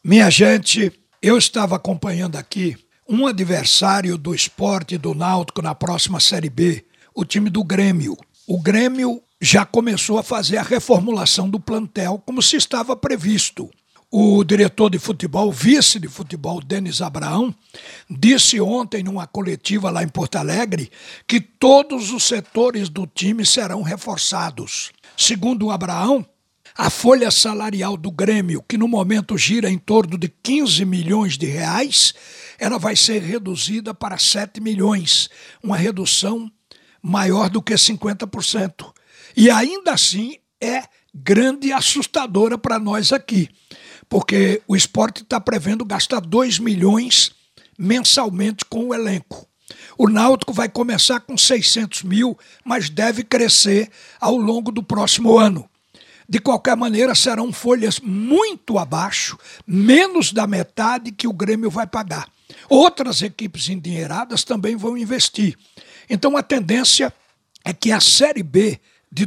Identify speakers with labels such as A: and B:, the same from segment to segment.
A: Minha gente, eu estava acompanhando aqui um adversário do Sport e do Náutico na próxima Série B, o time do Grêmio. O Grêmio já começou a fazer a reformulação do plantel como se estava previsto. O diretor de futebol, vice de futebol, Denis Abraão, disse ontem numa coletiva lá em Porto Alegre que todos os setores do time serão reforçados. Segundo o Abraão, a folha salarial do Grêmio, que no momento gira em torno de 15 milhões de reais, ela vai ser reduzida para 7 milhões, uma redução maior do que 50%. E ainda assim é grande e assustadora para nós aqui, porque o Sport está prevendo gastar 2 milhões mensalmente com o elenco. O Náutico vai começar com 600 mil, mas deve crescer ao longo do próximo ano. De qualquer maneira, serão folhas muito abaixo, menos da metade que o Grêmio vai pagar. Outras equipes endinheiradas também vão investir. Então, a tendência é que a Série B de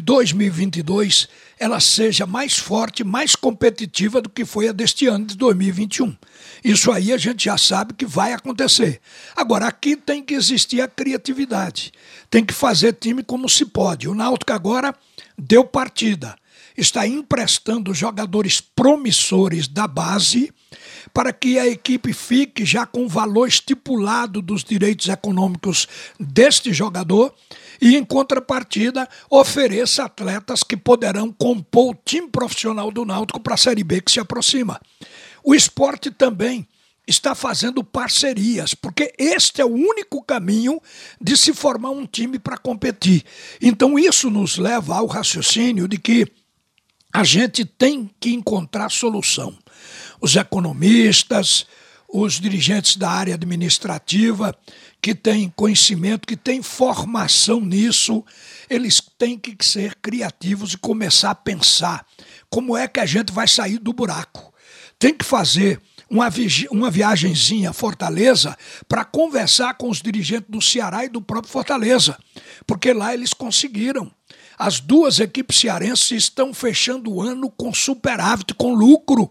A: 2022 ela seja mais forte, mais competitiva do que foi a deste ano de 2021. Isso aí a gente já sabe que vai acontecer. Agora, aqui tem que existir a criatividade. Tem que fazer time como se pode. O Náutico agora deu partida. Está emprestando jogadores promissores da base para que a equipe fique já com o valor estipulado dos direitos econômicos deste jogador e, em contrapartida, ofereça atletas que poderão compor o time profissional do Náutico para a Série B que se aproxima. O Sport também está fazendo parcerias, porque este é o único caminho de se formar um time para competir. Então isso nos leva ao raciocínio de que a gente tem que encontrar solução. Os economistas, os dirigentes da área administrativa, que têm conhecimento, que têm formação nisso, eles têm que ser criativos e começar a pensar como é que a gente vai sair do buraco. Tem que fazer uma viagenzinha a Fortaleza para conversar com os dirigentes do Ceará e do próprio Fortaleza, porque lá eles conseguiram. As duas equipes cearenses estão fechando o ano com superávit, com lucro.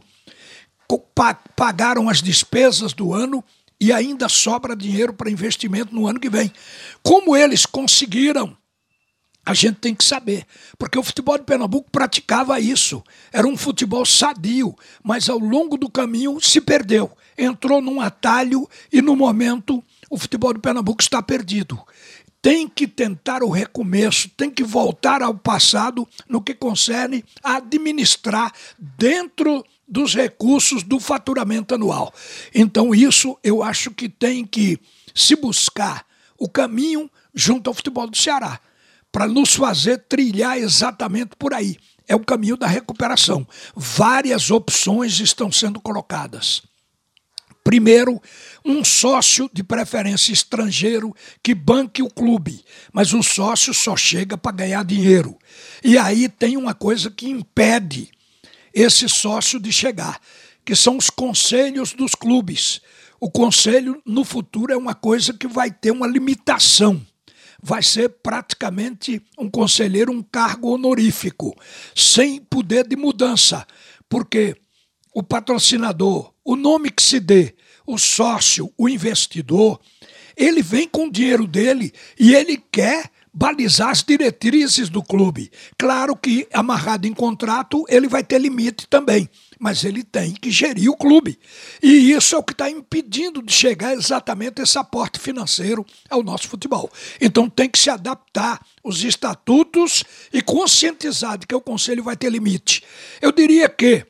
A: Pagaram as despesas do ano e ainda sobra dinheiro para investimento no ano que vem. Como eles conseguiram? A gente tem que saber, porque o futebol de Pernambuco praticava isso. Era um futebol sadio, mas ao longo do caminho se perdeu. Entrou num atalho e no momento o futebol de Pernambuco está perdido. Tem que tentar o recomeço, tem que voltar ao passado no que concerne a administrar dentro dos recursos do faturamento anual. Então isso eu acho que tem que se buscar o caminho junto ao futebol do Ceará, para nos fazer trilhar exatamente por aí. É o caminho da recuperação. Várias opções estão sendo colocadas. Primeiro, um sócio de preferência estrangeiro que banque o clube, mas o sócio só chega para ganhar dinheiro. E aí tem uma coisa que impede esse sócio de chegar, que são os conselhos dos clubes. O conselho, no futuro, é uma coisa que vai ter uma limitação. Vai ser praticamente um conselheiro, um cargo honorífico, sem poder de mudança, porque o patrocinador, o nome que se dê, o sócio, o investidor, ele vem com o dinheiro dele e ele quer balizar as diretrizes do clube. Claro que, amarrado em contrato, ele vai ter limite também, mas ele tem que gerir o clube. E isso é o que está impedindo de chegar exatamente esse aporte financeiro ao nosso futebol. Então tem que se adaptar os estatutos e conscientizar de que o conselho vai ter limite. Eu diria que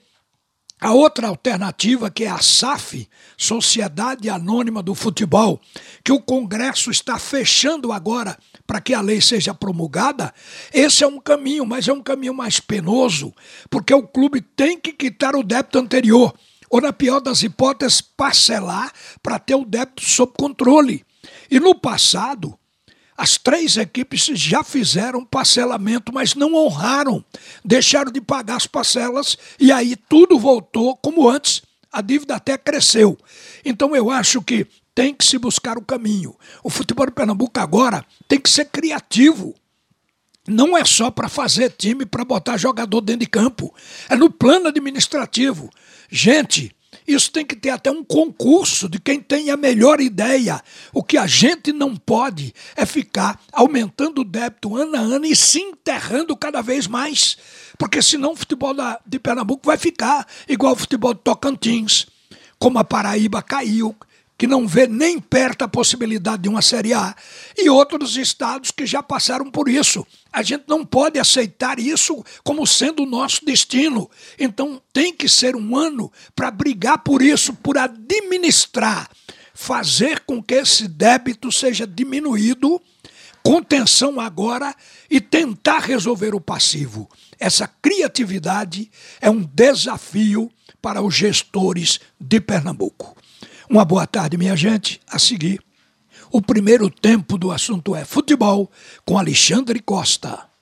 A: a outra alternativa, que é a SAF, Sociedade Anônima do Futebol, que o Congresso está fechando agora para que a lei seja promulgada, esse é um caminho, mas é um caminho mais penoso, porque o clube tem que quitar o débito anterior, ou na pior das hipóteses, parcelar para ter o débito sob controle. E no passado, as três equipes já fizeram parcelamento, mas não honraram, deixaram de pagar as parcelas e aí tudo voltou como antes, a dívida até cresceu. Então eu acho que tem que se buscar o caminho. O futebol de Pernambuco agora tem que ser criativo. Não é só para fazer time, para botar jogador dentro de campo. É no plano administrativo. Gente, Isso tem que ter até um concurso de quem tem a melhor ideia. O que a gente não pode é ficar aumentando o débito ano a ano e se enterrando cada vez mais. Porque senão o futebol de Pernambuco vai ficar igual o futebol de Tocantins, como a Paraíba caiu, que não vê nem perto a possibilidade de uma Série A, e outros estados que já passaram por isso. A gente não pode aceitar isso como sendo o nosso destino. Então tem que ser um ano para brigar por isso, por administrar, fazer com que esse débito seja diminuído, contenção agora, e tentar resolver o passivo. Essa criatividade é um desafio para os gestores de Pernambuco. Uma boa tarde, minha gente. A seguir, o primeiro tempo do assunto é futebol com Alexandre Costa.